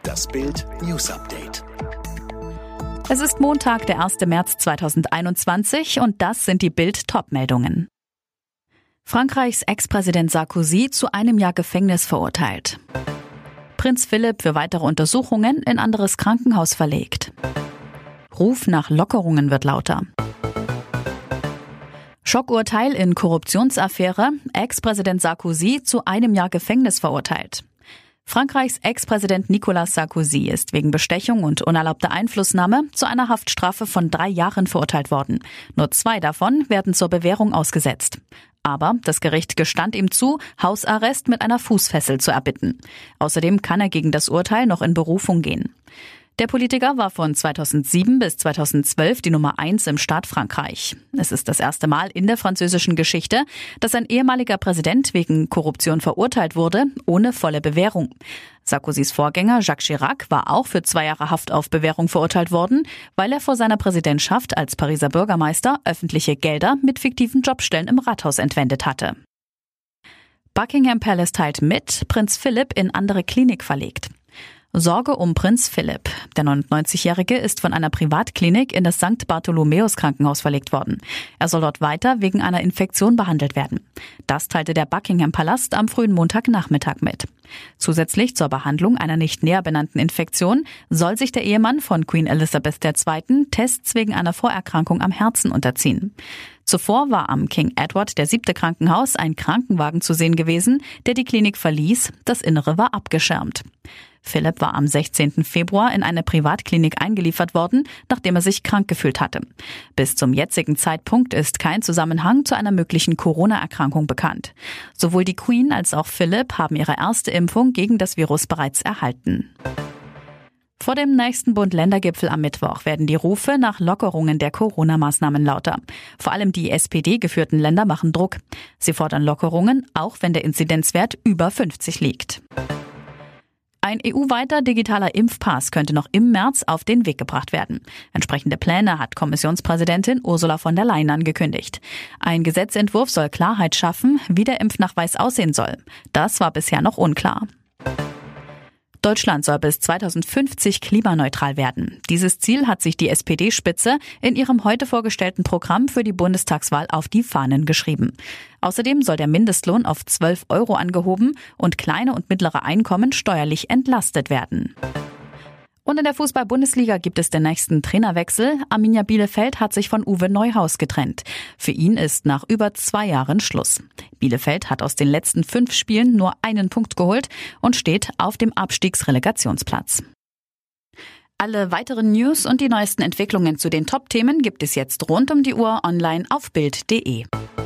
Das Bild News Update. Es ist Montag, der 1. März 2021 und das sind die Bild-Top-Meldungen. Frankreichs Ex-Präsident Sarkozy zu 1 Jahr Gefängnis verurteilt. Prinz Philipp für weitere Untersuchungen in anderes Krankenhaus verlegt. Ruf nach Lockerungen wird lauter. Schockurteil in Korruptionsaffäre. Ex-Präsident Sarkozy zu 1 Jahr Gefängnis verurteilt. Frankreichs Ex-Präsident Nicolas Sarkozy ist wegen Bestechung und unerlaubter Einflussnahme zu einer Haftstrafe von 3 Jahren verurteilt worden. Nur 2 davon werden zur Bewährung ausgesetzt. Aber das Gericht gestand ihm zu, Hausarrest mit einer Fußfessel zu erbitten. Außerdem kann er gegen das Urteil noch in Berufung gehen. Der Politiker war von 2007 bis 2012 die Nummer 1 im Staat Frankreich. Es ist das erste Mal in der französischen Geschichte, dass ein ehemaliger Präsident wegen Korruption verurteilt wurde, ohne volle Bewährung. Sarkozys Vorgänger Jacques Chirac war auch für 2 Jahre Haft auf Bewährung verurteilt worden, weil er vor seiner Präsidentschaft als Pariser Bürgermeister öffentliche Gelder mit fiktiven Jobstellen im Rathaus entwendet hatte. Buckingham Palace teilt mit, Prinz Philipp in andere Klinik verlegt. Sorge um Prinz Philipp. Der 99-Jährige ist von einer Privatklinik in das St. Bartholomäus Krankenhaus verlegt worden. Er soll dort weiter wegen einer Infektion behandelt werden. Das teilte der Buckingham Palast am frühen Montagnachmittag mit. Zusätzlich zur Behandlung einer nicht näher benannten Infektion soll sich der Ehemann von Queen Elizabeth II. Tests wegen einer Vorerkrankung am Herzen unterziehen. Zuvor war am King Edward VII. Krankenhaus ein Krankenwagen zu sehen gewesen, der die Klinik verließ. Das Innere war abgeschirmt. Philipp war am 16. Februar in eine Privatklinik eingeliefert worden, nachdem er sich krank gefühlt hatte. Bis zum jetzigen Zeitpunkt ist kein Zusammenhang zu einer möglichen Corona-Erkrankung bekannt. Sowohl die Queen als auch Philipp haben ihre erste Impfung gegen das Virus bereits erhalten. Vor dem nächsten Bund-Länder-Gipfel am Mittwoch werden die Rufe nach Lockerungen der Corona-Maßnahmen lauter. Vor allem die SPD-geführten Länder machen Druck. Sie fordern Lockerungen, auch wenn der Inzidenzwert über 50 liegt. Ein EU-weiter digitaler Impfpass könnte noch im März auf den Weg gebracht werden. Entsprechende Pläne hat Kommissionspräsidentin Ursula von der Leyen angekündigt. Ein Gesetzentwurf soll Klarheit schaffen, wie der Impfnachweis aussehen soll. Das war bisher noch unklar. Deutschland soll bis 2050 klimaneutral werden. Dieses Ziel hat sich die SPD-Spitze in ihrem heute vorgestellten Programm für die Bundestagswahl auf die Fahnen geschrieben. Außerdem soll der Mindestlohn auf 12 € angehoben und kleine und mittlere Einkommen steuerlich entlastet werden. Und in der Fußball-Bundesliga gibt es den nächsten Trainerwechsel. Arminia Bielefeld hat sich von Uwe Neuhaus getrennt. Für ihn ist nach über 2 Jahren Schluss. Bielefeld hat aus den letzten 5 Spielen nur 1 Punkt geholt und steht auf dem Abstiegsrelegationsplatz. Alle weiteren News und die neuesten Entwicklungen zu den Top-Themen gibt es jetzt rund um die Uhr online auf Bild.de.